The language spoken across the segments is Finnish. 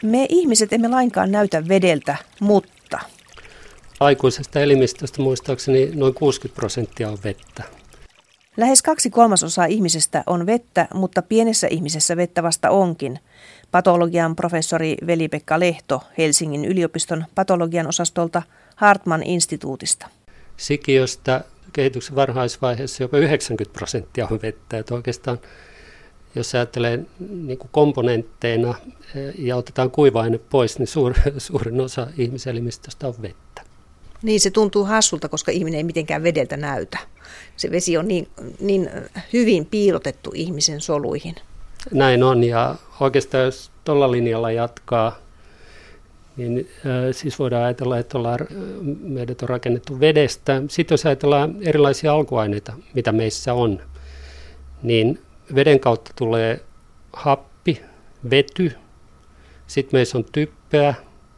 Me ihmiset emme lainkaan näytä vedeltä, mutta Aikuisesta elimistöstä muistaakseni noin 60% on vettä. lähes 2/3 ihmisestä on vettä, mutta pienessä ihmisessä vettä vasta onkin. Patologian professori Veli-Pekka Lehto Helsingin yliopiston patologian osastolta Hartman-instituutista. Sikiöstä kehityksen varhaisvaiheessa jopa 90% on vettä. Että oikeastaan jos ajattelee niin kuin komponentteina ja otetaan kuiva-aine pois, niin suurin osa ihmiselimistöstä on vettä. Niin, se tuntuu hassulta, koska ihminen ei mitenkään vedeltä näytä. Se vesi on niin hyvin piilotettu ihmisen soluihin. Näin on, ja oikeastaan jos tuolla linjalla jatkaa, niin siis voidaan ajatella, että meidät on rakennettu vedestä. Sitten jos ajatellaan erilaisia alkuaineita, mitä meissä on, niin veden kautta tulee happi, vety, sitten meissä on typpeä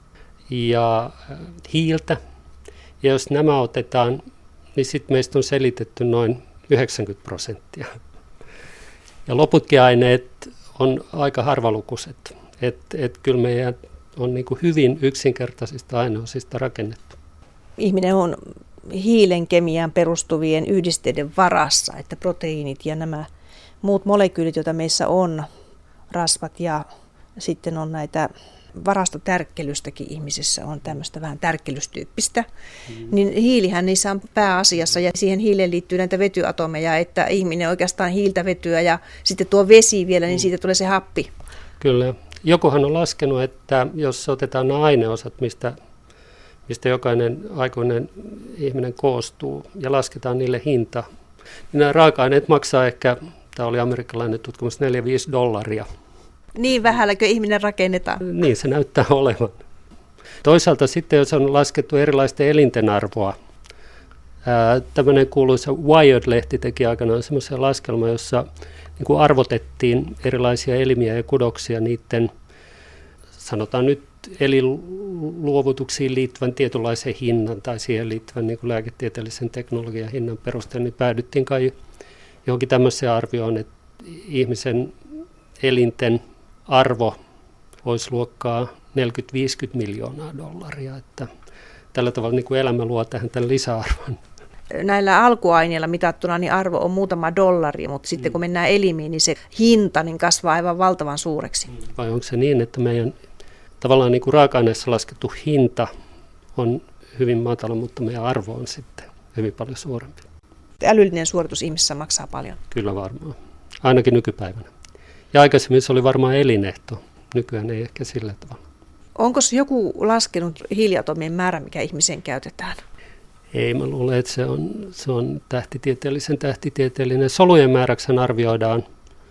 ja hiiltä. Ja jos nämä otetaan, niin sitten meistä on selitetty noin 90%. Ja loputkin aineet on aika harvalukuiset. Kyllä meidän on niin kuin hyvin yksinkertaisista aineosista rakennettu. Ihminen on hiilen kemiaan perustuvien yhdisteiden varassa, että proteiinit ja nämä muut molekyylit, joita meissä on, rasvat ja sitten on näitä varastotärkkelystäkin ihmisessä on tämmöistä vähän tärkkelystyyppistä, niin hiilihän niissä on pääasiassa ja siihen hiileen liittyy näitä vetyatomeja, että ihminen oikeastaan hiiltä vetyä ja sitten tuo vesi vielä, niin siitä tulee se happi. Kyllä. Jokuhan on laskenut, että jos otetaan nämä aineosat, mistä jokainen aikuinen ihminen koostuu ja lasketaan niille hinta, niin nämä raaka-aineet maksaa ehkä, tämä oli amerikkalainen tutkimus, $4-5. Niin vähälläkö ihminen rakennetaan? Niin se näyttää olevan. Toisaalta sitten, jos on laskettu erilaisten elinten arvoa, tämmöinen kuuluisa Wired-lehti teki aikanaan semmoisen laskelman, jossa niin kuin arvotettiin erilaisia elimiä ja kudoksia niiden, sanotaan nyt, elinluovutuksiin liittyvän tietynlaisen hinnan tai siihen liittyvän niin kuin lääketieteellisen teknologian hinnan perusteella, niin päädyttiin kai johonkin tämmöiseen arvioon, että ihmisen elinten arvo olisi luokkaa $40-50 miljoonaa. Että tällä tavalla niin kuin elämä luo tähän tämän lisäarvon. Näillä alkuaineilla mitattuna niin arvo on muutama $1, mutta sitten kun mennään elimiin, niin se hinta niin kasvaa aivan valtavan suureksi. Vai onko se niin, että meidän tavallaan niin kuin raaka-aineessa laskettu hinta on hyvin matala, mutta meidän arvo on sitten hyvin paljon suurempi? Älyllinen suoritus ihmisessä maksaa paljon. Kyllä varmaan, ainakin nykypäivänä. Ja aikaisemmin se oli varmaan elinehto, nykyään ei ehkä sillä tavalla. Onko joku laskenut hiiliatomien määrä, mikä ihmiseen käytetään? Ei, mä luulen, että se on tähtitieteellinen. Solujen määräksen arvioidaan,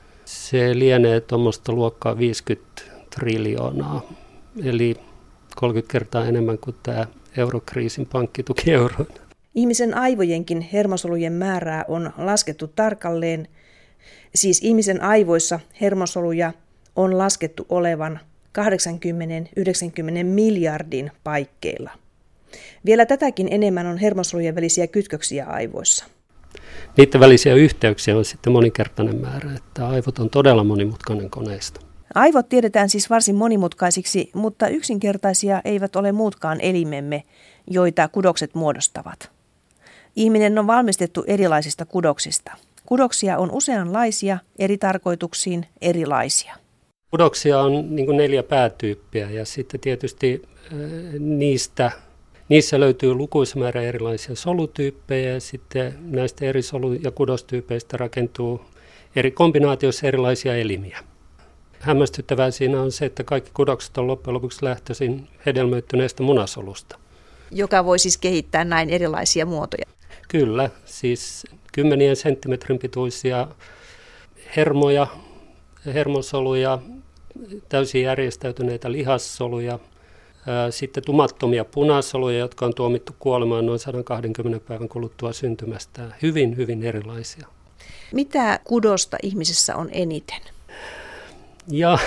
se lienee tuommoista luokkaa 50 triljoonaa, eli 30 kertaa enemmän kuin tämä eurokriisin pankkituki euroon. Ihmisen aivojenkin hermosolujen määrää on laskettu tarkalleen. Siis ihmisen aivoissa hermosoluja on laskettu olevan 80-90 miljardin paikkeilla. Vielä tätäkin enemmän on hermosolujen välisiä kytköksiä aivoissa. Niiden välisiä yhteyksiä on sitten moninkertainen määrä, että aivot on todella monimutkainen koneisto. Aivot tiedetään siis varsin monimutkaisiksi, mutta yksinkertaisia eivät ole muutkaan elimemme, joita kudokset muodostavat. Ihminen on valmistettu erilaisista kudoksista. Kudoksia on useanlaisia, eri tarkoituksiin erilaisia. Kudoksia on niin kuin 4 päätyyppiä ja sitten tietysti niissä löytyy lukuisa määrä erilaisia solutyyppejä ja sitten näistä eri solu- ja kudostyypeistä rakentuu eri kombinaatioissa erilaisia elimiä. Hämmästyttävää siinä on se, että kaikki kudokset on loppujen lopuksi lähtöisin hedelmöittyneestä munasolusta. Joka voi siis kehittää näin erilaisia muotoja. Kyllä, siis 10 senttimetrin pituisia hermoja, hermosoluja, täysin järjestäytyneitä lihassoluja, sitten tumattomia punasoluja, jotka on tuomittu kuolemaan noin 120 päivän kuluttua syntymästään. Hyvin, hyvin erilaisia. Mitä kudosta ihmisessä on eniten? Ja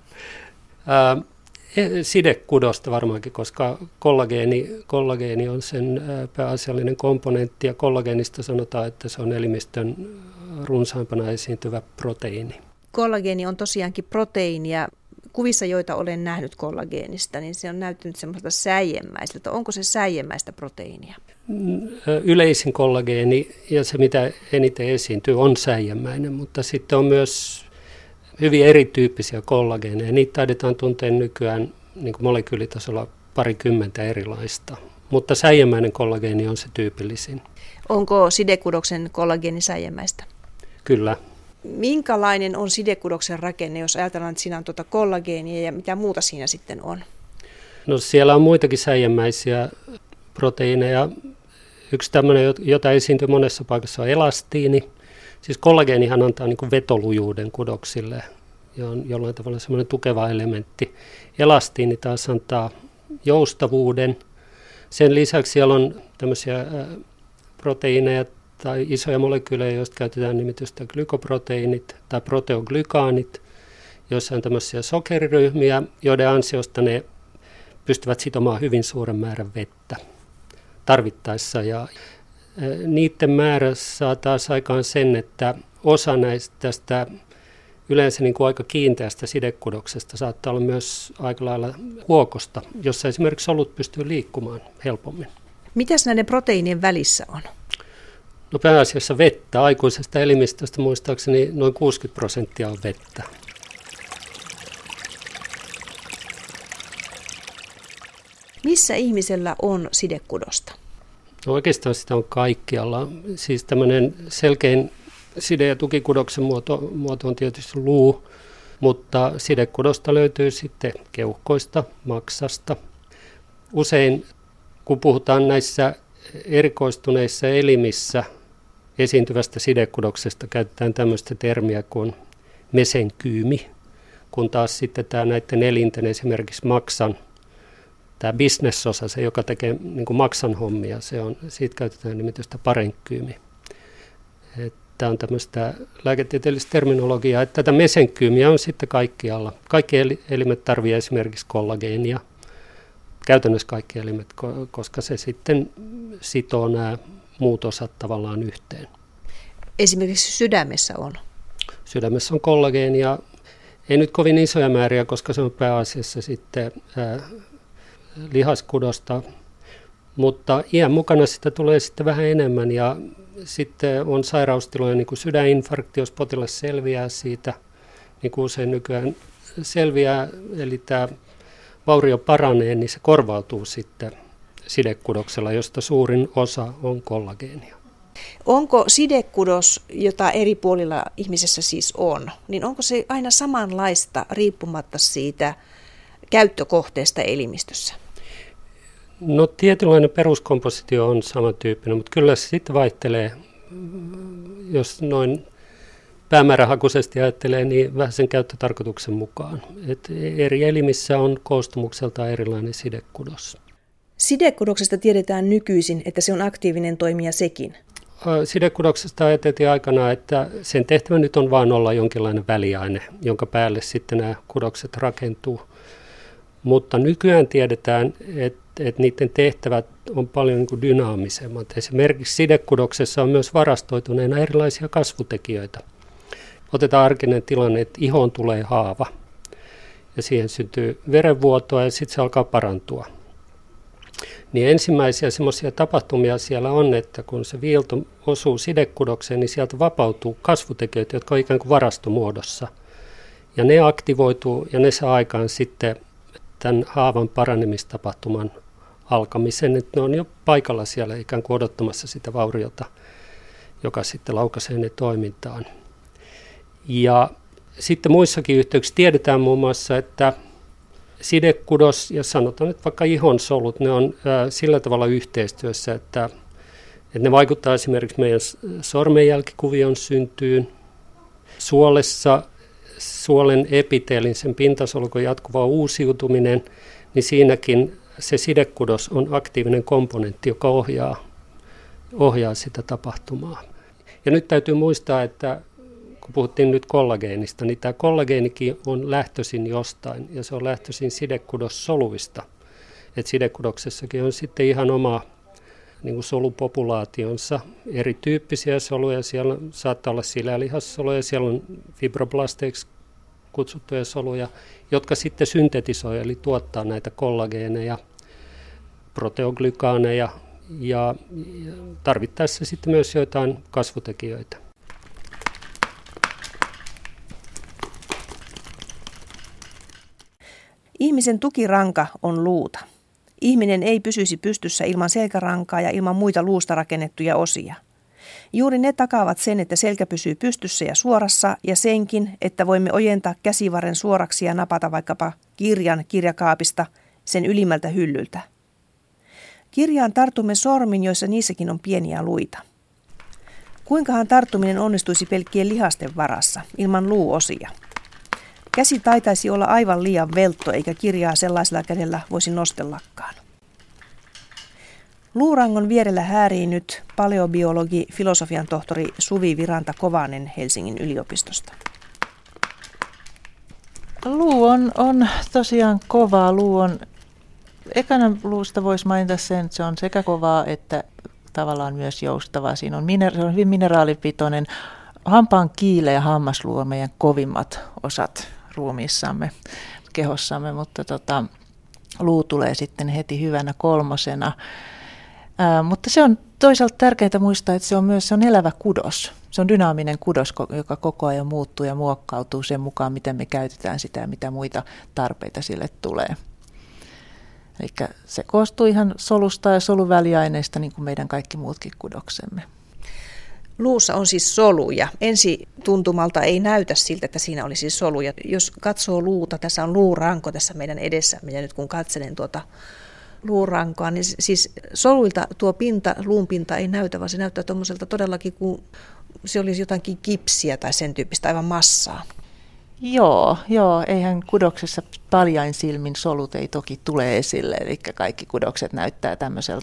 sidekudosta varmaankin, koska kollageeni on sen pääasiallinen komponentti ja kollageenista sanotaan, että se on elimistön runsaimpana esiintyvä proteiini. Kollageeni on tosiaankin proteiini ja kuvissa, joita olen nähnyt kollageenista, niin se on näyttänyt semmoista säijemäiseltä. Onko se säijemäistä proteiinia? Yleisin kollageeni ja se, mitä eniten esiintyy, on säijemäinen, mutta sitten on myös hyvin erityyppisiä kollageeneja. Niitä taidetaan tuntea nykyään niin kuin molekyylitasolla 20 erilaista, mutta säijemäinen kollageeni on se tyypillisin. Onko sidekudoksen kollageeni säijemäistä? Kyllä. Minkälainen on sidekudoksen rakenne, jos ajatellaan, että siinä on kollageenia ja mitä muuta siinä sitten on? No siellä on muitakin säijemäisiä proteiineja. Yksi tämmöinen, jota esiintyy monessa paikassa, on elastiini. Siis kollageenihan antaa niin kuin vetolujuuden kudoksille ja on jollain tavalla semmoinen tukeva elementti. Elastiini taas antaa joustavuuden. Sen lisäksi siellä on tämmöisiä proteiineja tai isoja molekyylejä, joista käytetään nimitystä glykoproteiinit tai proteoglykaanit, joissa on tämmöisiä sokeriryhmiä, joiden ansiosta ne pystyvät sitomaan hyvin suuren määrän vettä tarvittaessa. Ja niiden määrä saa taas aikaan sen, että osa näistä tästä yleensä niin kuin aika kiinteästä sidekudoksesta saattaa olla myös aika lailla huokosta, jossa esimerkiksi solut pystyy liikkumaan helpommin. Mitäs näiden proteiinien välissä on? No pääasiassa vettä. Aikuisesta elimistöstä muistaakseni noin 60% on vettä. Missä ihmisellä on sidekudosta? No oikeastaan sitä on kaikkialla. Siis tämmöinen selkein side- ja tukikudoksen muoto on tietysti luu, mutta sidekudosta löytyy sitten keuhkoista, maksasta. Usein kun puhutaan näissä erikoistuneissa elimissä esiintyvästä sidekudoksesta, käytetään tämmöistä termiä kuin mesenkyymi, kun taas sitten tämä näiden elinten esimerkiksi maksan, tämä bisnesosa, se joka tekee niin kuin maksan hommia, siitä käytetään nimitystä parenkkyymi. Tämä on tämmöistä lääketieteellistä terminologiaa, että tätä mesenkyymiä on sitten kaikkialla. Kaikki elimet tarvitsevat esimerkiksi kollageenia, käytännössä kaikki elimet, koska se sitten sitoo nämä muut osat tavallaan yhteen. Esimerkiksi sydämessä on? Sydämessä on kollageenia, ei nyt kovin isoja määriä, koska se on pääasiassa sitten lihaskudosta, mutta iän mukana sitä tulee sitten vähän enemmän ja sitten on sairaustiloja niin kuin sydäninfarkti, jos potilas selviää siitä, niin kuin usein nykyään selviää, eli tämä vaurio paranee, niin se korvautuu sitten sidekudoksella, josta suurin osa on kollageenia. Onko sidekudos, jota eri puolilla ihmisessä siis on, niin onko se aina samanlaista riippumatta siitä käyttökohteesta elimistössä? No tietynlainen peruskompositio on samantyyppinen, mutta kyllä se sitten vaihtelee, jos noin päämäärähakuisesti ajattelee, niin vähän sen käyttötarkoituksen mukaan. Et eri elimissä on koostumukseltaan erilainen sidekudos. Sidekudoksesta tiedetään nykyisin, että se on aktiivinen toimija sekin. Sidekudoksesta ajateltiin aikana, että sen tehtävä nyt on vain olla jonkinlainen väliaine, jonka päälle sitten nämä kudokset rakentuu. Mutta nykyään tiedetään, että niiden tehtävät on paljon niin kuin dynaamisemmat. Esimerkiksi sidekudoksessa on myös varastoituneena erilaisia kasvutekijöitä. Otetaan arkinen tilanne, että ihoon tulee haava ja siihen syntyy verenvuotoa ja sitten se alkaa parantua. Niin ensimmäisiä semmoisia tapahtumia siellä on, että kun se viilto osuu sidekudokseen, niin sieltä vapautuu kasvutekijöitä, jotka on ikään kuin varastomuodossa. Ja ne aktivoituu ja ne saa aikaan sitten tämän haavan paranemistapahtuman alkamisen, että ne on jo paikalla siellä ikään kuin odottamassa sitä vauriota, joka sitten laukaisee ne toimintaan. Ja sitten muissakin yhteyksissä tiedetään muun muassa, että sidekudos ja sanotaan nyt vaikka ihonsolut, ne on sillä tavalla yhteistyössä, että ne vaikuttaa esimerkiksi meidän sormenjälkikuvion syntyyn. Suolen epiteelin, sen pintasolukon jatkuva uusiutuminen, niin siinäkin se sidekudos on aktiivinen komponentti, joka ohjaa sitä tapahtumaa. Ja nyt täytyy muistaa, että kun puhuttiin nyt kollageenista, niin tämä kollageenikin on lähtöisin jostain, ja se on lähtöisin sidekudossoluista. Et sidekudoksessakin on sitten ihan oma niin kuin solupopulaationsa, erityyppisiä soluja, siellä saattaa olla silälihassoluja, siellä on fibroblasteiksi kutsuttuja soluja, jotka sitten syntetisoi, eli tuottaa näitä kollageeneja, proteoglykaaneja ja tarvittaessa sitten myös joitain kasvutekijöitä. Ihmisen tukiranka on luuta. Ihminen ei pysyisi pystyssä ilman selkärankaa ja ilman muita luusta rakennettuja osia. Juuri ne takaavat sen, että selkä pysyy pystyssä ja suorassa, ja senkin, että voimme ojentaa käsivarren suoraksi ja napata vaikkapa kirjan kirjakaapista sen ylimmältä hyllyltä. Kirjaan tartumme sormin, joissa niissäkin on pieniä luita. Kuinkahan tarttuminen onnistuisi pelkkien lihasten varassa, ilman luuosia? Käsi taitaisi olla aivan liian veltto, eikä kirjaa sellaisella kädellä voisi nostellakaan. Luurangon vierellä häärii nyt paleobiologi, filosofian tohtori Suvi Viranta-Kovanen Helsingin yliopistosta. Luu on tosiaan kovaa. Ekana luusta voisi mainita sen, että se on sekä kovaa että tavallaan myös joustavaa. Se on hyvin mineraalipitoinen. Hampaan kiile ja hammasluu on meidän kovimmat osat ruumiissamme, kehossamme, mutta luu tulee sitten heti hyvänä kolmosena. Mutta se on toisaalta tärkeää muistaa, että se on elävä kudos. Se on dynaaminen kudos, joka koko ajan muuttuu ja muokkautuu sen mukaan, miten me käytetään sitä ja mitä muita tarpeita sille tulee. Eli se koostuu ihan solusta ja soluväliaineista, niin kuin meidän kaikki muutkin kudoksemme. Luussa on siis soluja. Ensi tuntumalta ei näytä siltä, että siinä olisi soluja. Jos katsoo luuta, tässä on luuranko tässä meidän edessä. Ja nyt kun katselen tuota luurankoa, niin siis soluilta tuo luun pinta ei näytä, vaan se näyttää tuommoiselta todellakin, kun se olisi jotakin kipsiä tai sen tyyppistä aivan massaa. Joo, eihän kudoksessa paljain silmin solut ei toki tule esille, eli kaikki kudokset näyttää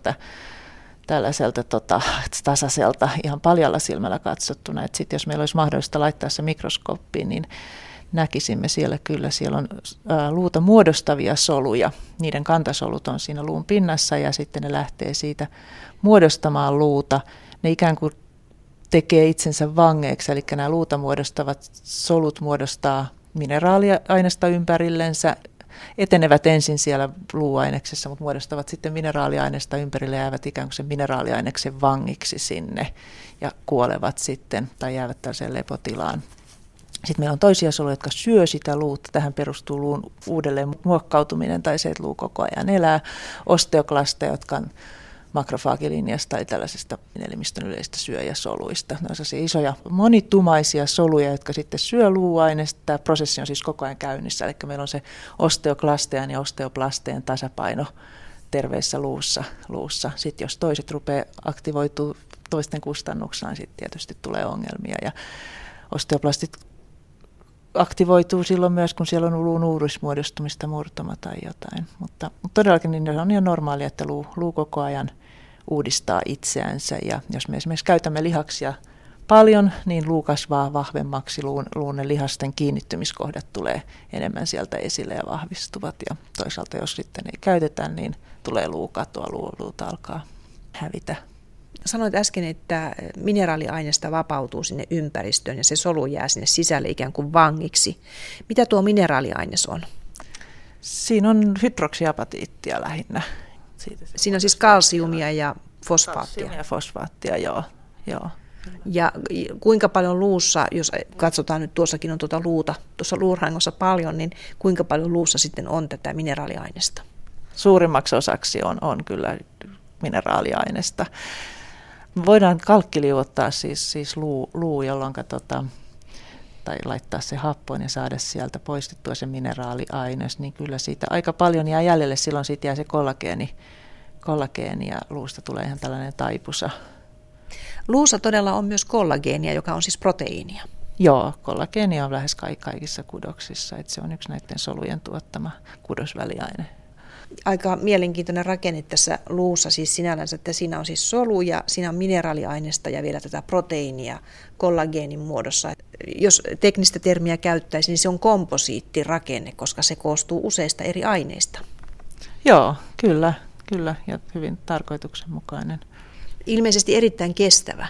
tällaiselta tasaiselta ihan paljalla silmällä katsottuna. Sitten jos meillä olisi mahdollista laittaa se mikroskooppiin, niin näkisimme siellä on luuta muodostavia soluja. Niiden kantasolut on siinä luun pinnassa ja sitten ne lähtee siitä muodostamaan luuta. Ne ikään kuin tekee itsensä vangeiksi, eli nämä luuta muodostavat solut muodostaa mineraaliainesta ympärillensä, etenevät ensin siellä luuaineksessa, mutta muodostavat sitten mineraaliaineesta ympärille ja jäävät ikään kuin sen mineraaliaineksen vangiksi sinne ja kuolevat sitten tai jäävät tällaiseen lepotilaan. Sitten meillä on toisia soluja, jotka syö sitä luuta. Tähän perustuu luun uudelleen muokkautuminen tai se, että luu koko ajan elää. Osteoklasteja, jotka on makrofaagilinjasta tai tällaisista elimistön yleisistä syöjäsoluista. Ne on sellaisia isoja monitumaisia soluja, jotka sitten syö luuaineesta. Tämä prosessi on siis koko ajan käynnissä. Eli meillä on se osteoklastean ja osteoplasteen tasapaino terveessä luussa. Sitten jos toiset rupeaa aktivoituu toisten kustannuksena, niin sitten tietysti tulee ongelmia. Ja osteoplastit aktivoituu silloin myös, kun siellä on luun uurismuodostumista, murtoma tai jotain. Mutta todellakin niin on ihan normaalia, että luu koko ajan uudistaa itseänsä. Ja jos me esimerkiksi käytämme lihaksia paljon, niin luu kasvaa vahvemmaksi. Luun lihasten kiinnittymiskohdat tulee enemmän sieltä esille ja vahvistuvat. Ja toisaalta jos sitten ei käytetä, niin tulee luukatoa, luuta alkaa hävitä. Sanoit äsken, että mineraaliaineesta vapautuu sinne ympäristöön ja se solu jää sinne sisälle ikään kuin vangiksi. Mitä tuo mineraaliaines on? Siinä on hydroksiapatiittia lähinnä. Siinä on siis kalsiumia ja fosfaattia. Kalsiumia ja fosfaattia, joo. Ja kuinka paljon luussa, jos katsotaan nyt tuossakin on tuota luuta, tuossa luurangossa paljon, niin kuinka paljon luussa sitten on tätä mineraaliainesta? Suurimmaksi osaksi on kyllä mineraaliainesta. Voidaan kalkkiliuottaa siis luu jolloin tai laittaa se happoon ja saada sieltä poistettua se mineraaliaines, niin kyllä siitä aika paljon jää jäljelle. Silloin siitä jää se kollageeni ja luusta tulee ihan tällainen taipusa. Luussa todella on myös kollageenia, joka on siis proteiinia. Joo, kollageenia on lähes kaikissa kudoksissa, että se on yksi näiden solujen tuottama kudosväliaine. Aika mielenkiintoinen rakenne tässä luussa siis sinällänsä, että siinä on siis soluja, siinä on mineraaliainesta ja vielä tätä proteiinia kollageenin muodossa. Jos teknistä termiä käyttäisi, niin se on komposiittirakenne, koska se koostuu useista eri aineista. Joo, kyllä ja hyvin tarkoituksenmukainen. Ilmeisesti erittäin kestävä.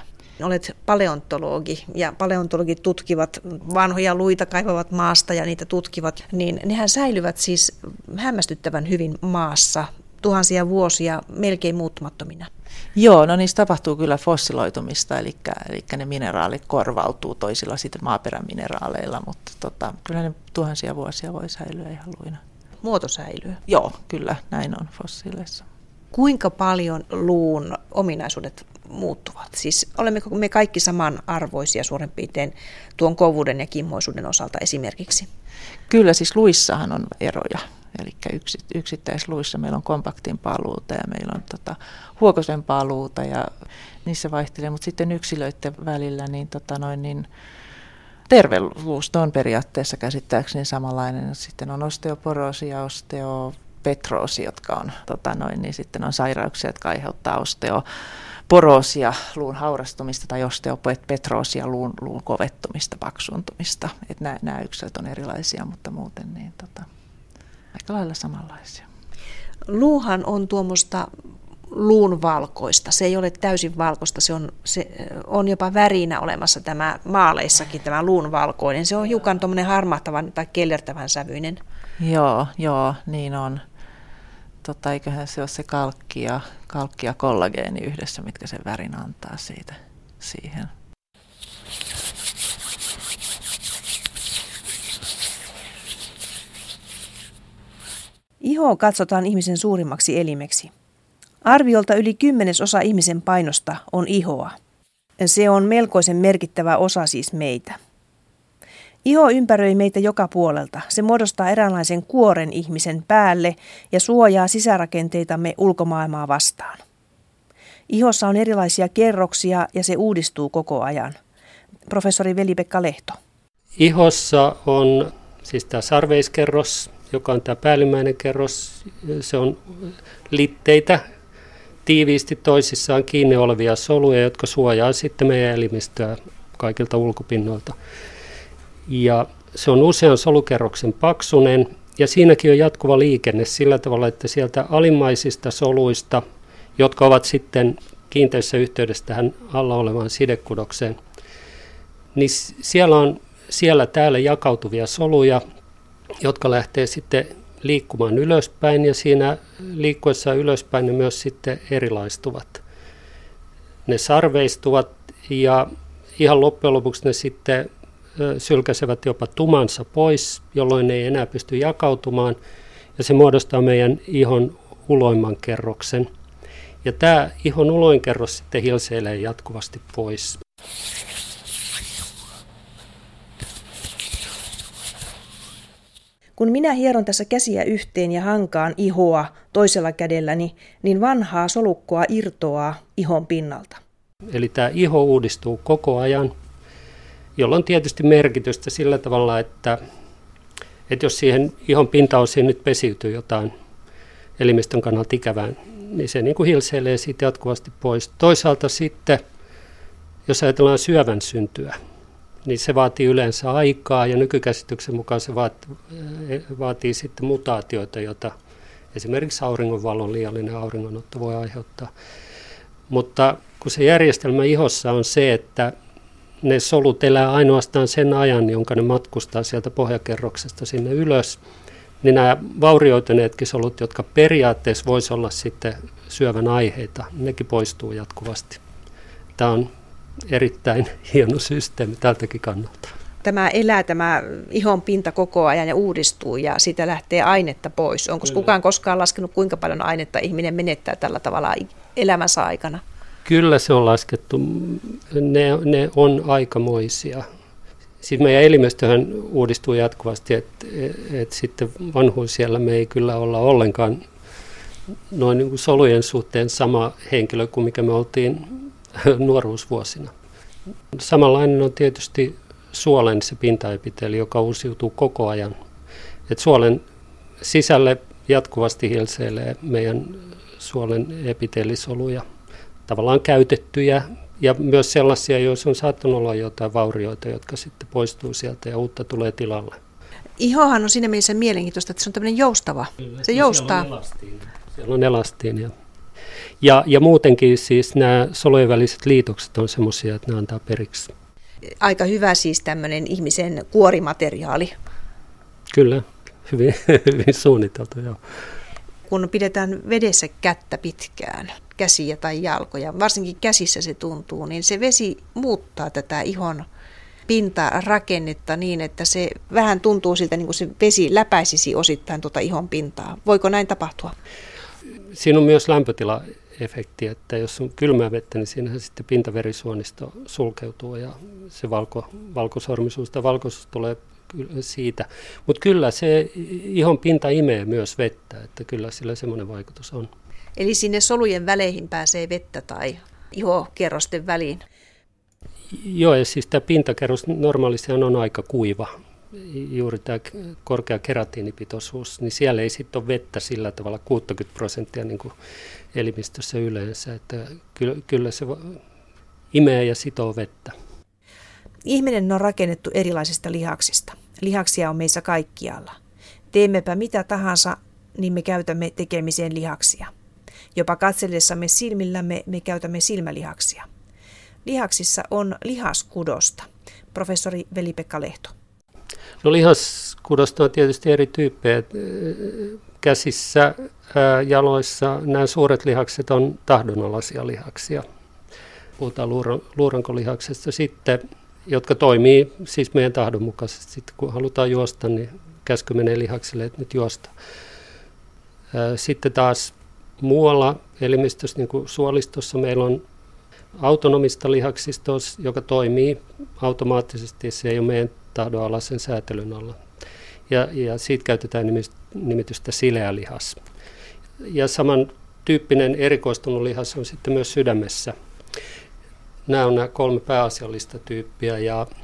Olet paleontologi ja paleontologit tutkivat vanhoja luita, kaivavat maasta ja niitä tutkivat, niin nehän säilyvät siis hämmästyttävän hyvin maassa tuhansia vuosia melkein muuttumattomina. Joo, no niissä tapahtuu kyllä fossiloitumista, eli ne mineraalit korvautuu toisilla sitten maaperämineraaleilla, mutta kyllä ne tuhansia vuosia voi säilyä ihan luina. Muoto säilyy. Joo, kyllä näin on fossiileissa. Kuinka paljon luun ominaisuudet muuttuvat? Siis olemmeko me kaikki samanarvoisia suurin piirtein tuon kovuuden ja kimmoisuuden osalta esimerkiksi? Kyllä, siis luissahan on eroja. Eli yksittäisluissa meillä on kompaktimpaa luuta ja meillä on huokosempaa luuta ja niissä vaihtelee, mutta sitten yksilöiden välillä niin terve luusto on periaatteessa käsittääkseni samanlainen. Sitten on osteoporoosi ja osteopetroosi, jotka on, niin sitten on sairauksia, jotka aiheuttaa osteoporoosia, luun haurastumista tai osteopetroosia, luun kovettumista, paksuuntumista. Että nämä yksilöt on erilaisia, mutta muuten niin aika lailla samanlaisia. Luuhan on tuommoista luun valkoista. Se ei ole täysin valkoista, se on jopa värinä olemassa tämä maaleissakin tämä luun valkoinen. Se on hiukan tuommoinen harmahtavan tai kellertävän sävyinen. Joo, niin on. Eiköhän se ole se kalkki ja kollageeni yhdessä, mitkä sen värin antaa siitä siihen. Ihoa katsotaan ihmisen suurimmaksi elimeksi. Arviolta yli 10% ihmisen painosta on ihoa. Se on melkoisen merkittävä osa siis meitä. Iho ympäröi meitä joka puolelta. Se muodostaa eräänlaisen kuoren ihmisen päälle ja suojaa sisärakenteitamme ulkomaailmaa vastaan. Ihossa on erilaisia kerroksia ja se uudistuu koko ajan. Professori Veli-Pekka Lehto. Ihossa on siis tämä sarveiskerros, joka on tämä päällimmäinen kerros. Se on litteitä, tiiviisti toisissaan kiinni olevia soluja, jotka suojaa sitten meidän elimistöä kaikilta ulkopinnoilta. Ja se on usean solukerroksen paksunen ja siinäkin on jatkuva liikenne sillä tavalla, että sieltä alimmaisista soluista, jotka ovat sitten kiinteässä yhteydessä tähän alla olevaan sidekudokseen, niin siellä täällä jakautuvia soluja, jotka lähtee sitten liikkumaan ylöspäin ja siinä liikkuessa ylöspäin ne myös sitten erilaistuvat. Ne sarveistuvat ja ihan loppujen lopuksi ne sitten sylkäsevät jopa tumansa pois, jolloin ne ei enää pysty jakautumaan ja se muodostaa meidän ihon uloimman kerroksen. Ja tämä ihon uloin kerros sitten hilseilee jatkuvasti pois. Kun minä hieron tässä käsiä yhteen ja hankaan ihoa toisella kädelläni, niin vanhaa solukkoa irtoaa ihon pinnalta. Eli tämä iho uudistuu koko ajan, jolla on tietysti merkitystä sillä tavalla, että jos siihen ihon pintaosiin nyt pesiytyy jotain elimistön kannalta ikävää, niin se niin kuin hilseilee siitä jatkuvasti pois. Toisaalta sitten, jos ajatellaan syövän syntyä, niin se vaatii yleensä aikaa ja nykykäsityksen mukaan se vaatii sitten mutaatioita, joita esimerkiksi auringonvalon liiallinen auringonotto voi aiheuttaa. Mutta kun se järjestelmä ihossa on se, että ne solut elää ainoastaan sen ajan, jonka ne matkustaa sieltä pohjakerroksesta sinne ylös, niin nämä vaurioituneetkin solut, jotka periaatteessa voisi olla sitten syövän aiheita, nekin poistuu jatkuvasti. Tämä on erittäin hieno systeemi tältäkin kannalta. Tämä ihon pinta koko ajan ja uudistuu ja siitä lähtee ainetta pois. Onko kukaan koskaan laskenut, kuinka paljon ainetta ihminen menettää tällä tavalla elämänsä aikana? Kyllä se on laskettu. Ne on aikamoisia. Siis meidän elimistöhän uudistuu jatkuvasti, että sitten vanhuusiällä me ei kyllä olla ollenkaan noin niin kuin solujen suhteen sama henkilö kuin mikä me oltiin nuoruusvuosina. Samanlainen on tietysti suolen se pintaepiteeli, joka uusiutuu koko ajan. Et suolen sisälle jatkuvasti hilseilee meidän suolen epiteelisoluja, tavallaan käytettyjä ja myös sellaisia, joissa on saattanut olla jotain vaurioita, jotka sitten poistuu sieltä ja uutta tulee tilalle. Ihohan on siinä mielessä mielenkiintoista, että se on tämmöinen joustava. Kyllä, se joustaa. Siellä on elastiinia. Ja muutenkin siis nämä solujen väliset liitokset on semmoisia, että ne antaa periksi. Aika hyvä siis tämmöinen ihmisen kuorimateriaali. Kyllä, hyvin suunniteltu, joo. Kun pidetään vedessä kättä pitkään, käsiä tai jalkoja, varsinkin käsissä se tuntuu, niin se vesi muuttaa tätä ihon pintarakennetta niin, että se vähän tuntuu siltä, niin kuin se vesi läpäisisi osittain tuota ihon pintaa. Voiko näin tapahtua? Siinä on myös lämpötilaefekti, että jos on kylmää vettä, niin siinähän sitten pintaverisuonisto sulkeutuu ja se valkosormisuus tai valkoisuus tulee siitä. Mutta kyllä se ihon pinta imee myös vettä, että kyllä sillä semmoinen vaikutus on. Eli sinne solujen väleihin pääsee vettä tai ihokerrosten väliin? Joo, ja siis tämä pintakerros normaalisti on aika kuiva. Juuri tämä korkea keratiinipitoisuus, niin siellä ei sitten ole vettä sillä tavalla 60% niin kuin elimistössä yleensä, että kyllä se imee ja sitoo vettä. Ihminen on rakennettu erilaisista lihaksista. Lihaksia on meissä kaikkialla. Teemmepä mitä tahansa, niin me käytämme tekemiseen lihaksia. Jopa katsellessamme silmillämme me käytämme silmälihaksia. Lihaksissa on lihaskudosta. Professori Veli-Pekka Lehto. No lihaskudosta on tietysti eri tyyppejä. Käsissä, jaloissa nämä suuret lihakset on tahdonalaisia lihaksia. Puhutaan luurankollihaksesta sitten, jotka toimii siis meidän tahdon mukaisesti. Sitten kun halutaan juosta, niin käsky menee lihaksille, että nyt juosta. Sitten taas muualla elimistössä, niin kuin suolistossa, meillä on autonomista lihaksistoa, joka toimii automaattisesti, se ei ole meidän tahdonalaisen säätelyn alla. Ja siitä käytetään nimitystä sileä lihas. Ja samantyyppinen erikoistunut lihas on sitten myös sydämessä. Nämä on nämä 3 pääasiallista tyyppiä.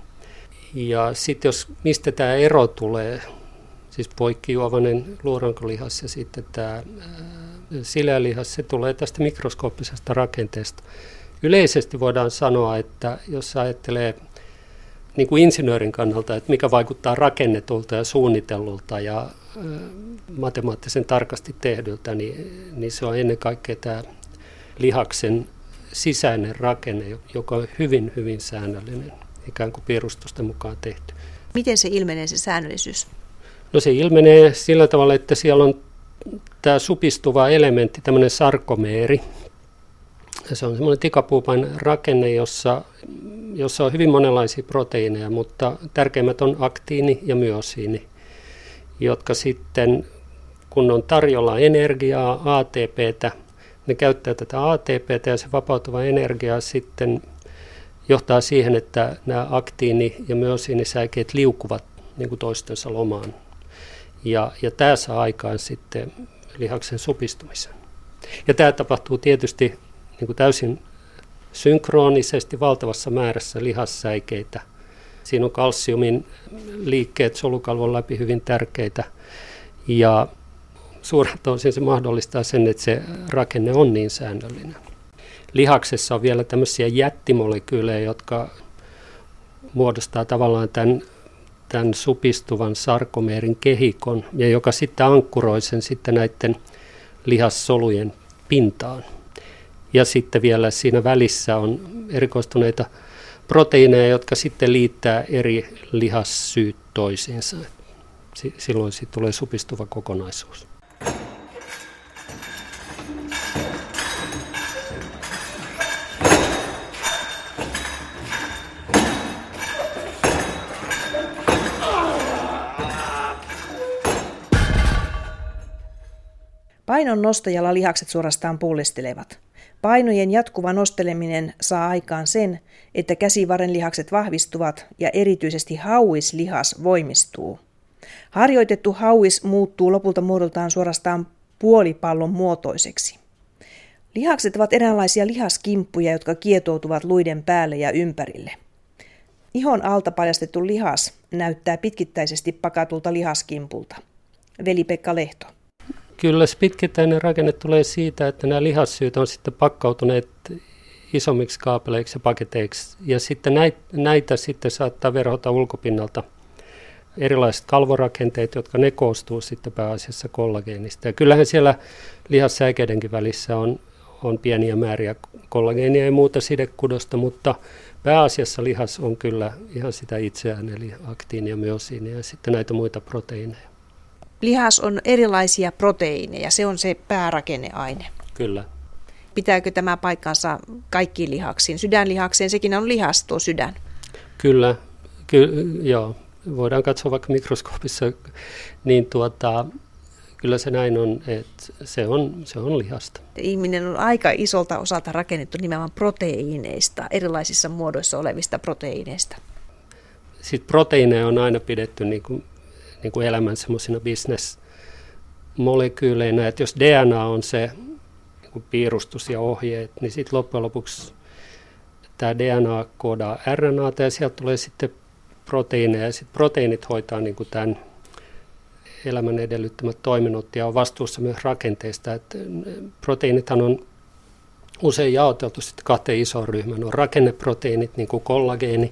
Ja sitten mistä tämä ero tulee, siis poikkijuovainen luurankolihas ja sitten tämä sileä lihas, se tulee tästä mikroskooppisesta rakenteesta. Yleisesti voidaan sanoa, että jos ajattelee niin kuin insinöörin kannalta, että mikä vaikuttaa rakennetulta ja suunnitellulta ja matemaattisen tarkasti tehdyltä, niin se on ennen kaikkea tämä lihaksen sisäinen rakenne, joka on hyvin, hyvin säännöllinen, ikään kuin piirustusten mukaan tehty. Miten se ilmenee se säännöllisyys? No se ilmenee sillä tavalla, että siellä on tämä supistuva elementti, tämmöinen sarkomeeri. Se on semmoinen tikapuupainen rakenne, jossa on hyvin monenlaisia proteiineja, mutta tärkeimmät on aktiini ja myosiini, jotka sitten, kun on tarjolla energiaa, ATPtä, ne käyttää tätä ATPtä ja se vapautuva energia sitten johtaa siihen, että nämä aktiini- ja myosiinisäikeet liukuvat niin kuin toistensa lomaan. Ja tämä saa aikaan sitten lihaksen supistumisen. Ja tämä tapahtuu tietysti niin kuin täysin synkronisesti valtavassa määrässä lihassäikeitä. Siinä on kalsiumin liikkeet solukalvon läpi hyvin tärkeitä. Ja suurelta osin se mahdollistaa sen, että se rakenne on niin säännöllinen. Lihaksessa on vielä tämmöisiä jättimolekyylejä, jotka muodostaa tavallaan tämän supistuvan sarkomeerin kehikon, ja joka sitten ankkuroi sen sitten näiden lihassolujen pintaan. Ja sitten vielä siinä välissä on erikoistuneita proteiineja, jotka sitten liittää eri lihassyyt toisiinsa. Silloin siitä tulee supistuva kokonaisuus. Painon nostajalla lihakset suorastaan pullistelevat. Painojen jatkuva nosteleminen saa aikaan sen, että käsivarren lihakset vahvistuvat ja erityisesti hauislihas voimistuu. Harjoitettu hauis muuttuu lopulta muodoltaan suorastaan puolipallon muotoiseksi. Lihakset ovat eräänlaisia lihaskimppuja, jotka kietoutuvat luiden päälle ja ympärille. Ihon alta paljastettu lihas näyttää pitkittäisesti pakatulta lihaskimpulta. Veli-Pekka Lehto. Kyllä se pitkittäinen rakenne tulee siitä, että nämä lihassyyt on sitten pakkautuneet isommiksi kaapeleiksi ja paketeiksi. Ja sitten näitä sitten saattaa verhota ulkopinnalta erilaiset kalvorakenteet, jotka ne koostuu sitten pääasiassa kollageenista. Ja kyllähän siellä lihassäikeidenkin välissä on pieniä määriä kollageenia ja muuta sidekudosta, mutta pääasiassa lihas on kyllä ihan sitä itseään, eli aktiinia, myosiinia ja sitten näitä muita proteiineja. Lihas on erilaisia proteiineja, se on se päärakenneaine. Kyllä. Pitääkö tämä paikkansa kaikkiin lihaksiin? Sydänlihakseen, sekin on lihas tuo sydän. Kyllä, joo. Voidaan katsoa vaikka mikroskoopissa, niin kyllä se näin on, että se on lihasta. Ihminen on aika isolta osalta rakennettu nimenomaan proteiineista, erilaisissa muodoissa olevista proteiineista. Sitten proteiineja on aina pidetty niin kuin elämän semmoisina bisnesmolekyyleinä, että jos DNA on se niin kuin piirustus ja ohjeet, niin sitten loppujen lopuksi tämä DNA koodaa RNAta ja sieltä tulee sitten proteiineja ja sitten proteiinit hoitaa niin kuin tämän elämän edellyttämät toiminnot ja on vastuussa myös rakenteista. Että proteiinithan on usein jaoteltu sitten kahteen isoon ryhmään. On rakenneproteiinit, niin kuin kollageeni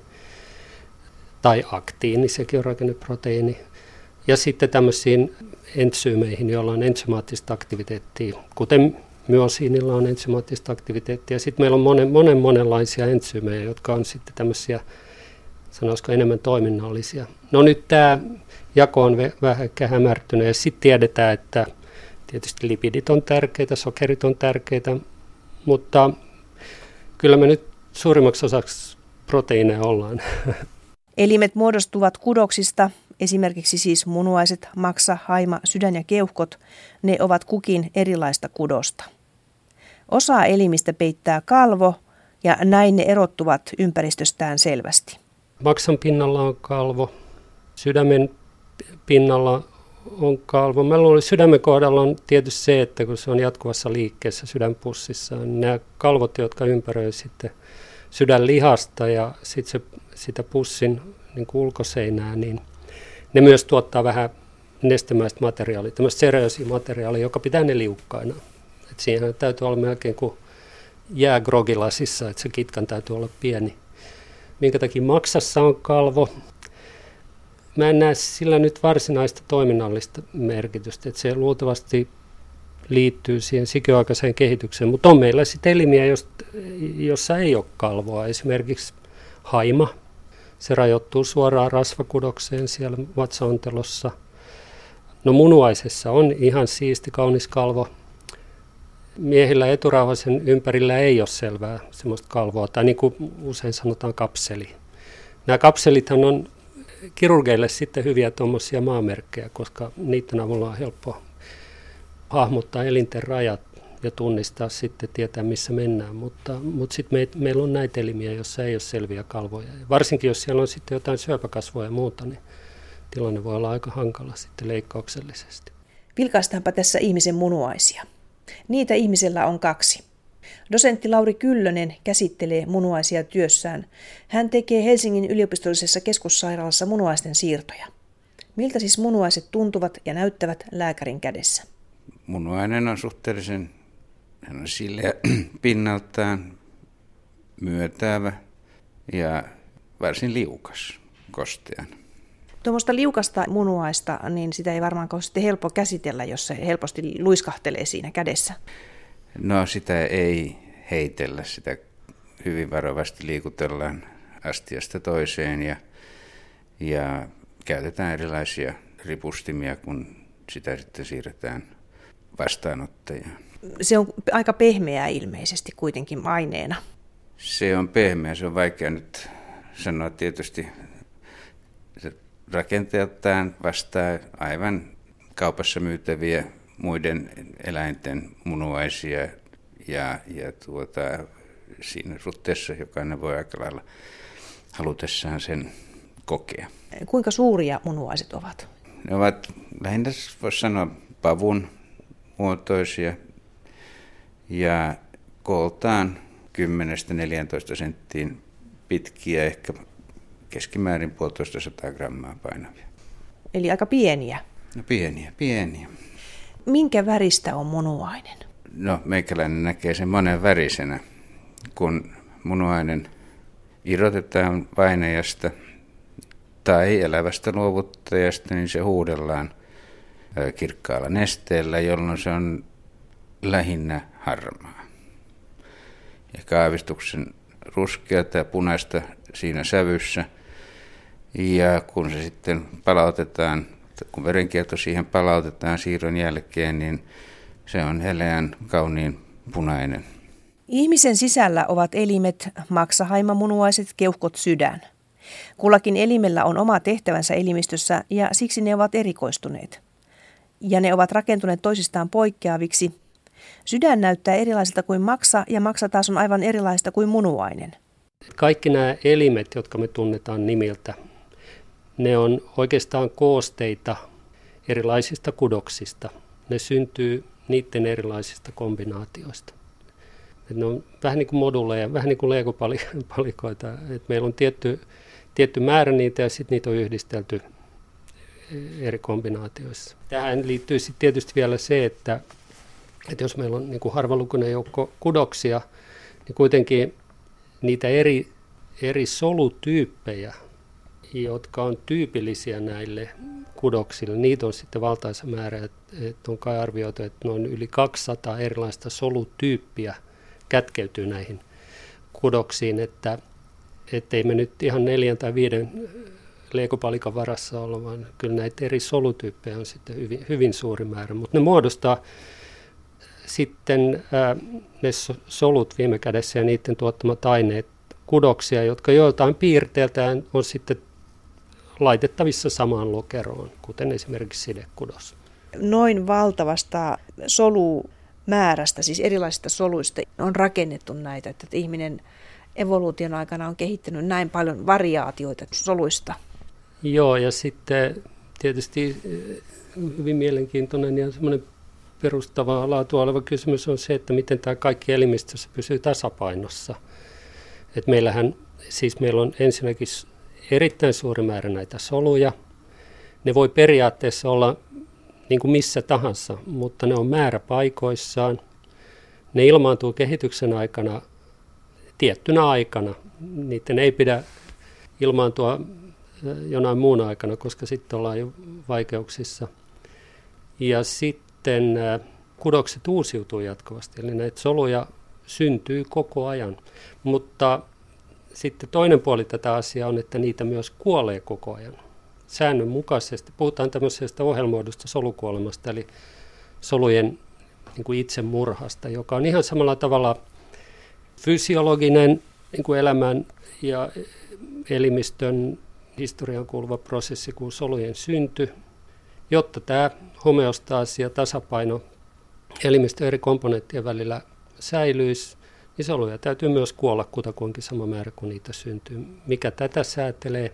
tai aktiini, sekin on rakenneproteiini. Ja sitten tämmöisiin entsyymeihin, joilla on ensymaattista aktiviteettia, kuten myosiinilla on ensymaattista aktiviteettia. Ja sitten meillä on monenlaisia entsyymejä, jotka on sitten tämmöisiä, sanoisiko enemmän toiminnallisia. No nyt tämä jako on vähän hämärtynyt ja sitten tiedetään, että tietysti lipidit on tärkeitä, sokerit on tärkeitä, mutta kyllä me nyt suurimmaksi osaksi proteiineja ollaan. Elimet muodostuvat kudoksista, esimerkiksi siis munuaiset, maksa, haima, sydän ja keuhkot, ne ovat kukin erilaista kudosta. Osa elimistä peittää kalvo ja näin ne erottuvat ympäristöstään selvästi. Maksan pinnalla on kalvo, sydämen pinnalla on kalvo. Mä luulen, että sydämen kohdalla on tietysti se, että kun se on jatkuvassa liikkeessä sydänpussissa, niin nämä kalvot, jotka ympäröivät sitten sydänlihasta ja sitten sitä pussin niin kuin ulkoseinää, niin ne myös tuottaa vähän nestemäistä materiaalia, tämmöistä sereosimateriaalia, joka pitää ne liukkaina. Et siihen täytyy olla melkein kuin jäägrogilasissa, että se kitkan täytyy olla pieni. Minkä takia maksassa on kalvo? Mä en näe sillä nyt varsinaista toiminnallista merkitystä, että se luultavasti liittyy siihen sikiöaikaiseen kehitykseen, mutta on meillä sitten elimiä, jossa ei ole kalvoa, esimerkiksi haima. Se rajoittuu suoraan rasvakudokseen siellä vatsaontelossa. No munuaisessa on ihan siisti, kaunis kalvo. Miehillä eturauhasen ympärillä ei ole selvää semmoista kalvoa, tai niin kuin usein sanotaan kapseli. Nämä kapselithan on kirurgeille sitten hyviä tuommoisia maamerkkejä, koska niiden avulla on helppo hahmottaa elinten rajat ja tunnistaa sitten, tietää missä mennään. Mutta sitten meillä on näitä elimiä, joissa ei ole selviä kalvoja. Ja varsinkin jos siellä on sitten jotain syöpäkasvoja ja muuta, niin tilanne voi olla aika hankala sitten leikkauksellisesti. Vilkaistaanpa tässä ihmisen munuaisia. Niitä ihmisellä on 2. Dosentti Lauri Kyllönen käsittelee munuaisia työssään. Hän tekee Helsingin yliopistollisessa keskussairaalassa munuaisten siirtoja. Miltä siis munuaiset tuntuvat ja näyttävät lääkärin kädessä? Munuainen on suhteellisen sileä pinnaltaan, myötäävä ja varsin liukas kosteana. Tuommoista liukasta munuaista, niin sitä ei varmaan ole sitten helppo käsitellä, jos se helposti luiskahtelee siinä kädessä. No sitä ei heitellä, sitä hyvin varovasti liikutellaan astiasta toiseen ja käytetään erilaisia ripustimia, kun sitä sitten siirretään vastaanottajaan. Se on aika pehmeää ilmeisesti kuitenkin aineena. Se on pehmeä, se on vaikea nyt sanoa tietysti. Se rakenteeltaan vastaa aivan kaupassa myytäviä muiden eläinten munuaisia ja siinä suhteessa jokainen voi aika lailla halutessaan sen kokea. Kuinka suuria munuaiset ovat? Ne ovat lähinnä, voisi sanoa, pavun muotoisia ja kooltaan 10-14 senttiin pitkiä, ehkä keskimäärin 1,5 grammaa painavia. Eli aika pieniä? No pieniä. Minkä väristä on munuainen? No meikäläinen näkee sen monen värisenä. Kun munuainen irrotetaan vainajasta tai elävästä luovuttajasta, niin se huudellaan kirkkaalla nesteellä, jolloin se on lähinnä harmaa. ehkä aavistuksen ruskeata ja punaista siinä sävyssä. Ja kun se sitten palautetaan, kun verenkierto siihen palautetaan siirron jälkeen, niin se on heleän kauniin punainen. Ihmisen sisällä ovat elimet, maksahaimamunuaiset, keuhkot, sydän. Kullakin elimellä on oma tehtävänsä elimistössä ja siksi ne ovat erikoistuneet. Ja ne ovat rakentuneet toisistaan poikkeaviksi. Sydän näyttää erilaiselta kuin maksa ja maksa taas on aivan erilaista kuin munuainen. Kaikki nämä elimet, jotka me tunnetaan nimiltä, ne on oikeastaan koosteita erilaisista kudoksista. Ne syntyy niiden erilaisista kombinaatioista. Ne on vähän niin kuin moduleja, vähän niin kuin Lego-palikoita. Meillä on tietty määrä niitä ja sitten niitä on yhdistelty eri kombinaatioissa. Tähän liittyy sitten tietysti vielä se, että jos meillä on niin kuin harvalukuinen joukko kudoksia, niin kuitenkin niitä eri solutyyppejä, jotka on tyypillisiä näille kudoksille, niitä on sitten valtaisa määrä. Että on kai arvioitu, että noin yli 200 erilaista solutyyppiä kätkeytyy näihin kudoksiin, että ei me nyt ihan 4 tai 5 leikopalikan varassa olla, vaan kyllä näitä eri solutyyppejä on sitten hyvin suuri määrä, mutta ne muodostaa sitten ne solut viime kädessä ja niiden tuottamat aineet kudoksia, jotka joiltain piirteiltään on sitten laitettavissa samaan lokeroon, kuten esimerkiksi sidekudos. Noin valtavasta solumäärästä, siis erilaisista soluista on rakennettu näitä, että ihminen evoluution aikana on kehittänyt näin paljon variaatioita soluista. Joo, ja sitten tietysti hyvin mielenkiintoinen ja semmoinen perustavaa laatua oleva kysymys on se, että miten tämä kaikki elimistössä pysyy tasapainossa. Et meillä on ensinnäkin erittäin suuri määrä näitä soluja. Ne voi periaatteessa olla niin kuin missä tahansa, mutta ne on määräpaikoissaan. Ne ilmaantuu kehityksen aikana tiettynä aikana. Niiden ei pidä ilmaantua jonain muuna aikana, koska sitten ollaan jo vaikeuksissa. Ja sitten kudokset uusiutuu jatkuvasti, eli näitä soluja syntyy koko ajan. Mutta sitten toinen puoli tätä asiaa on, että niitä myös kuolee koko ajan. Säännönmukaisesti puhutaan tämmöisestä ohjelmoidusta solukuolemasta, eli solujen niin kuin itsemurhasta, joka on ihan samalla tavalla fysiologinen niin kuin elämän ja elimistön historiaan kuuluva prosessi kuin solujen synty. Jotta tämä homeostaasi ja tasapaino elimistön eri komponenttien välillä säilyisi, niin soluja täytyy myös kuolla kutakuinkin sama määrä kuin niitä syntyy. Mikä tätä säätelee?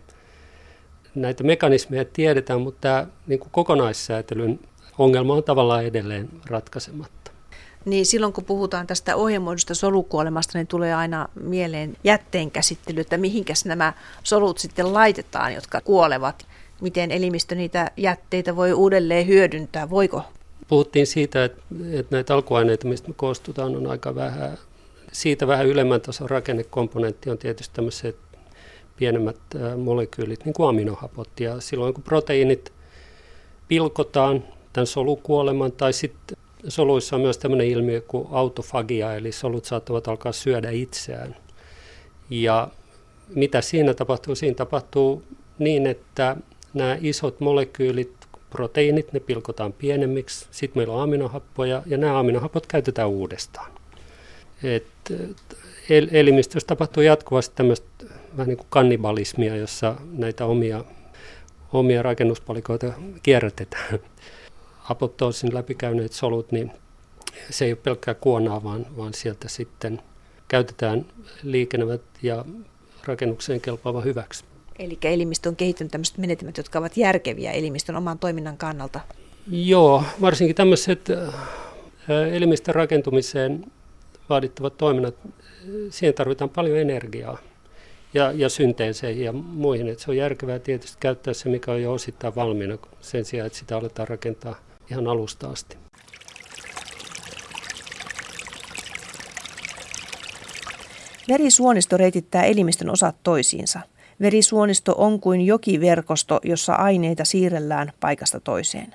Näitä mekanismeja tiedetään, mutta tämä niin kuin kokonaissäätelyn ongelma on tavallaan edelleen ratkaisematta. Niin silloin kun puhutaan tästä ohjelmoidusta solukuolemasta, niin tulee aina mieleen jätteenkäsittely, että mihinkäs nämä solut sitten laitetaan, jotka kuolevat. Miten elimistö niitä jätteitä voi uudelleen hyödyntää, voiko? Puhuttiin siitä, että näitä alkuaineita, mistä me koostutaan, on aika vähän. Siitä vähän ylemmän tason rakennekomponentti on tietysti tämmöiset pienemmät molekyylit, niin kuin aminohapot. Ja silloin kun proteiinit pilkotaan tämän solukuoleman, tai sitten soluissa on myös tämmöinen ilmiö kuin autofagia, eli solut saattavat alkaa syödä itseään. Ja mitä siinä tapahtuu? Siinä tapahtuu niin, että nämä isot molekyylit, proteiinit, ne pilkotaan pienemmiksi. Sitten meillä on aminohappoja, ja nämä aminohapot käytetään uudestaan. Elimistössä tapahtuu jatkuvasti tämmöistä vähän niin kuin kannibalismia, jossa näitä omia rakennuspalikoita kierrätetään. Apoptoosin läpikäyneet solut, niin se ei ole pelkkää kuonaa, vaan sieltä sitten käytetään liikenevät ja rakennukseen kelpaava hyväksi. Eli elimistö on kehittänyt tämmöiset menetelmät, jotka ovat järkeviä elimistön oman toiminnan kannalta. Joo, varsinkin tämmöiset elimistön rakentumiseen vaadittavat toiminnat, siihen tarvitaan paljon energiaa ja synteeseihin ja muihin. Että se on järkevää tietysti käyttää se, mikä on jo osittain valmiina, sen sijaan, että sitä aletaan rakentaa ihan alusta asti. Verisuonisto reitittää elimistön osat toisiinsa. Verisuonisto on kuin jokiverkosto, jossa aineita siirrellään paikasta toiseen.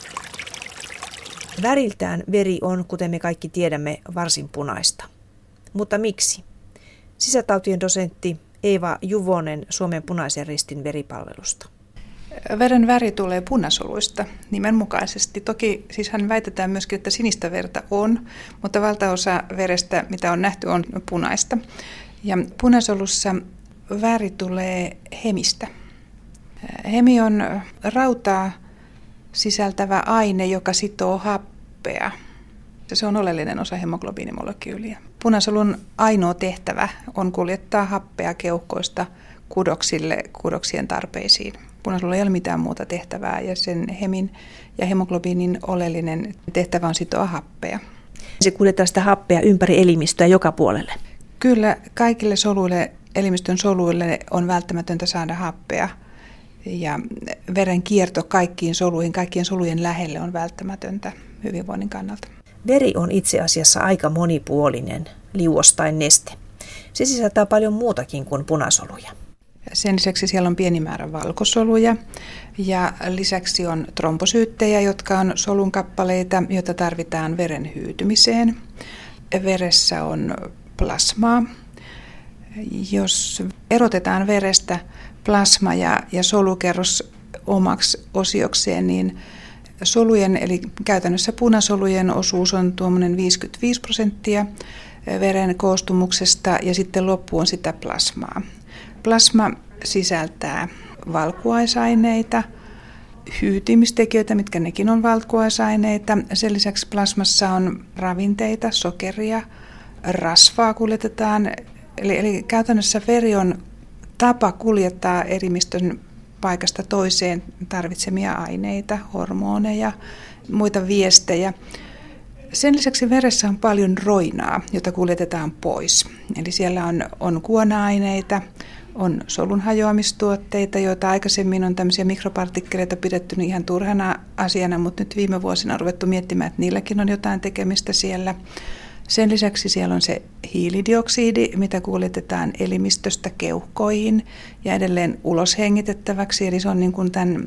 Väriltään veri on, kuten me kaikki tiedämme, varsin punaista. Mutta miksi? Sisätautien dosentti Eeva Juvonen Suomen Punaisen Ristin veripalvelusta. Veren väri tulee punasoluista nimenmukaisesti. Toki siis hän väitetään myöskin, että sinistä verta on, mutta valtaosa verestä, mitä on nähty, on punaista. Ja punasolussa väri tulee hemistä. Hemi on rautaa sisältävä aine, joka sitoo happea. Se on oleellinen osa hemoglobiinimolekyyliä. Punasolun ainoa tehtävä on kuljettaa happea keuhkoista kudoksille kudoksien tarpeisiin. Punasolulla ei ole mitään muuta tehtävää ja sen hemin ja hemoglobiinin oleellinen tehtävä on sitoa happea. Se kuljettaa sitä happea ympäri elimistöä joka puolelle. Kyllä kaikille soluille, elimistön soluille on välttämätöntä saada happea ja veren kierto kaikkiin soluihin, kaikkien solujen lähelle on välttämätöntä hyvinvoinnin kannalta. Veri on itse asiassa aika monipuolinen liuostain neste. Se sisältää paljon muutakin kuin punasoluja. Sen lisäksi siellä on pieni määrä valkosoluja ja lisäksi on trombosyyttejä, jotka on solun kappaleita, joita tarvitaan veren hyytymiseen. Veressä on plasmaa. Jos erotetaan verestä plasma ja solukerros omaksi osiokseen, niin solujen, eli käytännössä punasolujen osuus on tuommoinen 55% veren koostumuksesta ja sitten loppu on sitä plasmaa. Plasma sisältää valkuaisaineita, hyytymistekijöitä, mitkä nekin on valkuaisaineita. Sen lisäksi plasmassa on ravinteita, sokeria, rasvaa kuljetetaan. Eli käytännössä veri on tapa kuljettaa elimistön paikasta toiseen tarvitsemia aineita, hormoneja, muita viestejä. Sen lisäksi veressä on paljon roinaa, jota kuljetetaan pois. Eli siellä on kuona-aineita, on solun hajoamistuotteita, joita aikaisemmin on tämmöisiä mikropartikkeleita pidetty ihan turhana asiana, mutta nyt viime vuosina on ruvettu miettimään, että niilläkin on jotain tekemistä siellä. Sen lisäksi siellä on se hiilidioksidi, mitä kuljetetaan elimistöstä keuhkoihin ja edelleen ulos hengitettäväksi. Eli se on niin kuin tämän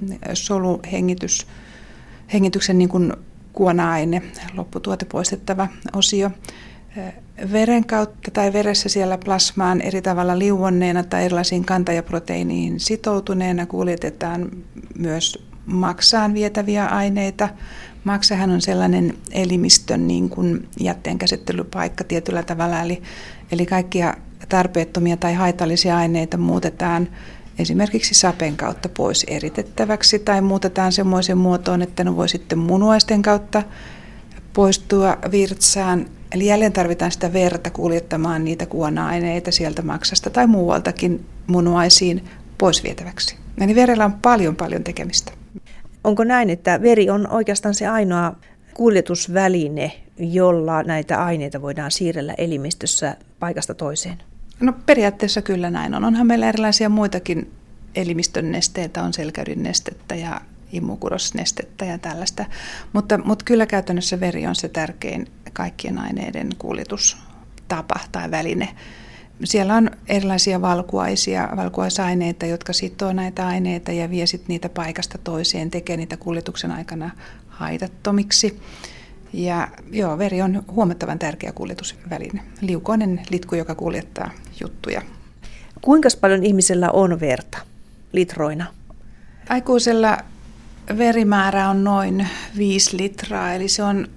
soluhengityksen niin kuin kuona-aine, lopputuote poistettava osio. Veren kautta tai veressä siellä plasmaan eri tavalla liuonneena tai erilaisiin kantajaproteiiniin sitoutuneena kuljetetaan myös maksaan vietäviä aineita. Maksahan on sellainen elimistön niin kuin jätteenkäsittelypaikka tietyllä tavalla, eli kaikkia tarpeettomia tai haitallisia aineita muutetaan esimerkiksi sapen kautta pois eritettäväksi tai muutetaan semmoisen muotoon, että ne voi sitten munuaisten kautta poistua virtsaan. Eli jälleen tarvitaan sitä verta kuljettamaan niitä kuona-aineita sieltä maksasta tai muualtakin munuaisiin pois vietäväksi. Eli verellä on paljon tekemistä. Onko näin, että veri on oikeastaan se ainoa kuljetusväline, jolla näitä aineita voidaan siirrellä elimistössä paikasta toiseen? No periaatteessa kyllä näin on. Onhan meillä erilaisia muitakin elimistön nesteitä, on selkäydinnestettä ja immukurosnestettä ja tällaista, mutta kyllä käytännössä veri on se tärkein kaikkien aineiden kuljetustapa tai väline. Siellä on erilaisia valkuaisaineita, jotka sitoo näitä aineita ja vie sit niitä paikasta toiseen, tekee niitä kuljetuksen aikana haitattomiksi. Ja joo, veri on huomattavan tärkeä kuljetusväline. Liukoinen litku, joka kuljettaa juttuja. Kuinka paljon ihmisellä on verta litroina? Aikuisella verimäärä on noin 5 litraa, eli se on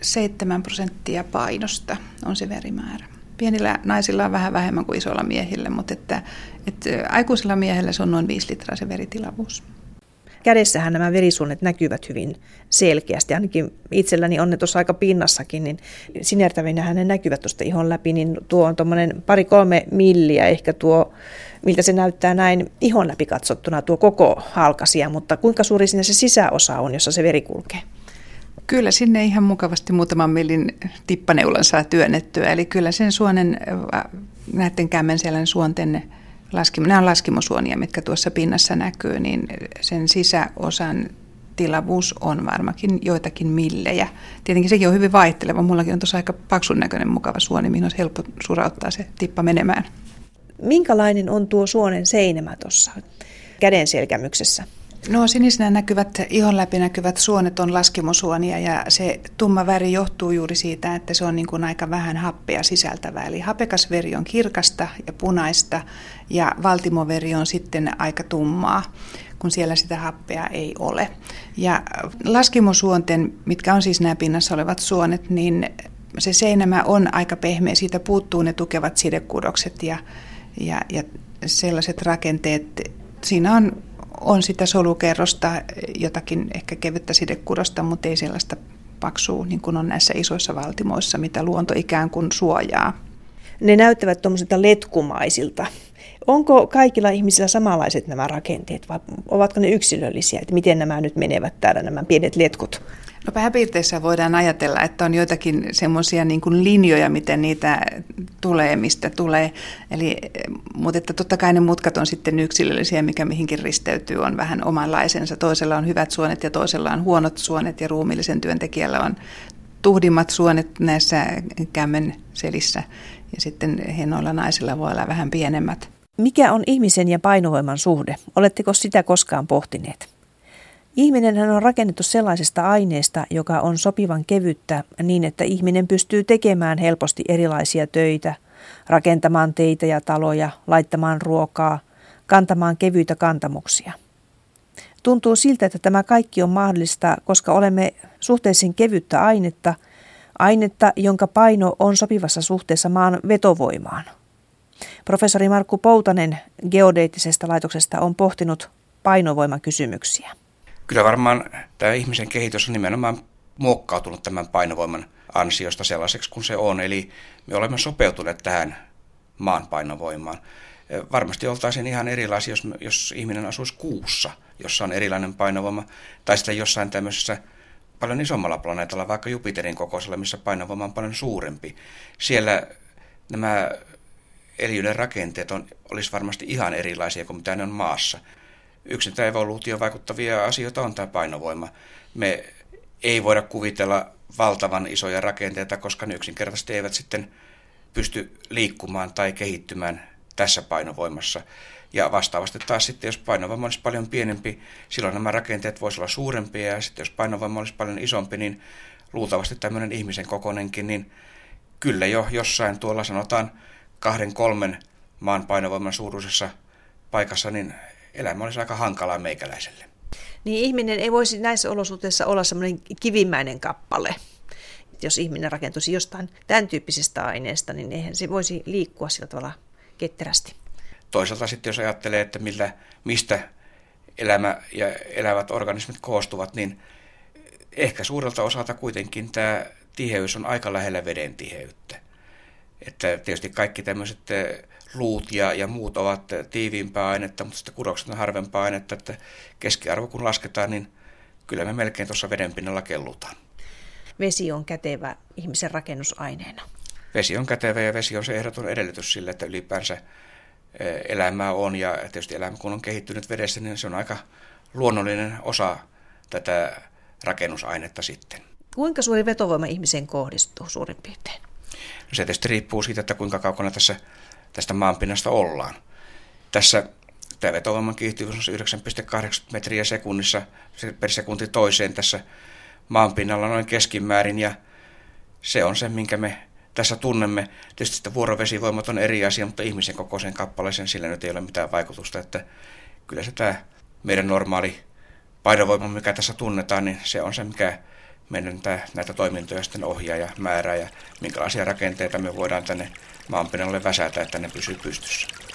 7% painosta on se verimäärä. Pienillä naisilla on vähän vähemmän kuin isoilla miehillä, mutta että aikuisella miehellä se on noin 5 litraa se veritilavuus. Kädessähän nämä verisuonet näkyvät hyvin selkeästi. Ainakin itselläni on ne tuossa aika pinnassakin, niin sinertävinähän ne näkyvät tuosta ihon läpi, niin tuo on tuommoinen 2-3 milliä ehkä tuo, miltä se näyttää näin ihon läpi katsottuna tuo koko halkasia, mutta kuinka suuri siinä se sisäosa on, jossa se veri kulkee? Kyllä sinne ihan mukavasti muutaman millin tippaneulan saa työnnettyä, eli kyllä sen suonen, näiden kämmenselän suonten nämä on laskimosuonia, mitkä tuossa pinnassa näkyy, niin sen sisäosan tilavuus on varmakin joitakin millejä. Tietenkin sekin on hyvin vaihteleva. Mullakin on tuossa aika paksun näköinen mukava suoni, mihin olisi helppo surauttaa se tippa menemään. Minkälainen on tuo suonen seinämä tuossa käden selkämyksessä? No sinisenä näkyvät, ihon läpi näkyvät suonet on laskimosuonia ja se tumma väri johtuu juuri siitä, että se on niin kuin aika vähän happea sisältävää. Eli hapekas veri on kirkasta ja punaista ja valtimoveri on sitten aika tummaa, kun siellä sitä happea ei ole. Ja laskimosuonten, mitkä on siis nämä pinnassa olevat suonet, niin se seinämä on aika pehmeä. Siitä puuttuu ne tukevat sidekudokset ja sellaiset rakenteet. Siinä on sitä solukerrosta, jotakin ehkä kevyttä sidekudosta, mutta ei sellaista paksua niin kuin on näissä isoissa valtimoissa, mitä luonto ikään kuin suojaa. Ne näyttävät tuommoisilta letkumaisilta. Onko kaikilla ihmisillä samanlaiset nämä rakenteet vai ovatko ne yksilöllisiä? Että miten nämä nyt menevät täällä, nämä pienet letkut? No pääpiirteissä voidaan ajatella, että on joitakin semmoisia niin kuin linjoja, miten niitä tulee, mistä tulee. Mutta että totta kai ne mutkat on sitten yksilöllisiä, mikä mihinkin risteytyy, on vähän omanlaisensa. Toisella on hyvät suonet ja toisella on huonot suonet ja ruumiillisen työntekijällä on tuhdimmat suonet näissä kämmen selissä ja sitten henoilla naisilla voi olla vähän pienemmät. Mikä on ihmisen ja painovoiman suhde? Oletteko sitä koskaan pohtineet? Ihminenhän on rakennettu sellaisesta aineesta, joka on sopivan kevyttä niin, että ihminen pystyy tekemään helposti erilaisia töitä, rakentamaan teitä ja taloja, laittamaan ruokaa, kantamaan kevyitä kantamuksia. Tuntuu siltä, että tämä kaikki on mahdollista, koska olemme suhteellisen kevyttä ainetta, jonka paino on sopivassa suhteessa maan vetovoimaan. Professori Markku Poutanen geodeettisesta laitoksesta on pohtinut painovoimakysymyksiä. Kyllä varmaan tämä ihmisen kehitys on nimenomaan muokkautunut tämän painovoiman ansiosta sellaiseksi kuin se on. Eli me olemme sopeutuneet tähän maan painovoimaan. Varmasti oltaisiin ihan erilaisia, jos ihminen asuisi kuussa, jossa on erilainen painovoima, tai sitten jossain tämmöisessä paljon isommalla planeetalla, vaikka Jupiterin kokoisella, missä painovoima on paljon suurempi. Siellä nämä eliöiden rakenteet olisi varmasti ihan erilaisia kuin mitä ne on maassa. Yksin evoluutioon vaikuttavia asioita on tämä painovoima. Me ei voida kuvitella valtavan isoja rakenteita, koska ne yksinkertaisesti eivät sitten pysty liikkumaan tai kehittymään tässä painovoimassa. Ja vastaavasti taas sitten, jos painovoima olisi paljon pienempi, silloin nämä rakenteet voisivat olla suurempia, ja sitten jos painovoima olisi paljon isompi, niin luultavasti tämmöinen ihmisen kokoinenkin, niin kyllä jo jossain tuolla sanotaan 2-3 maan painovoiman suuruisessa paikassa, niin elämä olisi aika hankalaa meikäläiselle. Niin ihminen ei voisi näissä olosuhteissa olla semmoinen kivimäinen kappale. Jos ihminen rakentuisi jostain tämän tyyppisestä aineesta, niin eihän se voisi liikkua sillä tavalla ketterästi. Toisaalta sitten jos ajattelee, että mistä elämä ja elävät organismit koostuvat, niin ehkä suurelta osalta kuitenkin tämä tiheys on aika lähellä veden tiheyttä. Että tietysti kaikki tämmöiset luut ja muut ovat tiiviimpää ainetta, mutta sitten kudokset on harvempaa ainetta, että keskiarvo kun lasketaan, niin kyllä me melkein tuossa veden pinnalla kellutaan. Vesi on kätevä ihmisen rakennusaineena. Vesi on kätevä ja vesi on se ehdoton edellytys sille, että ylipäänsä elämää on, ja tietysti elämä kun on kehittynyt vedessä, niin se on aika luonnollinen osa tätä rakennusainetta sitten. Kuinka suuri vetovoima ihmiseen kohdistuu suurin piirtein? No se tietysti riippuu siitä, että kuinka kaukana tästä maanpinnasta ollaan. Tässä tämä vetovoiman kiihtyvyys on 9,8 metriä sekunnissa per sekunti toiseen tässä maanpinnalla noin keskimäärin, ja se on se, minkä me tässä tunnemme. Tietysti sitä vuorovesivoimat on eri asia, mutta ihmisen kokoiseen kappaleeseen sillä nyt ei ole mitään vaikutusta, että kyllä se tämä meidän normaali painovoima, mikä tässä tunnetaan, niin se on se, mikä meidän näitä toimintoja sitten ohjaa ja määrää ja minkälaisia rakenteita me voidaan tänne maanpinnalle väsätä, että ne pysyy pystyssä.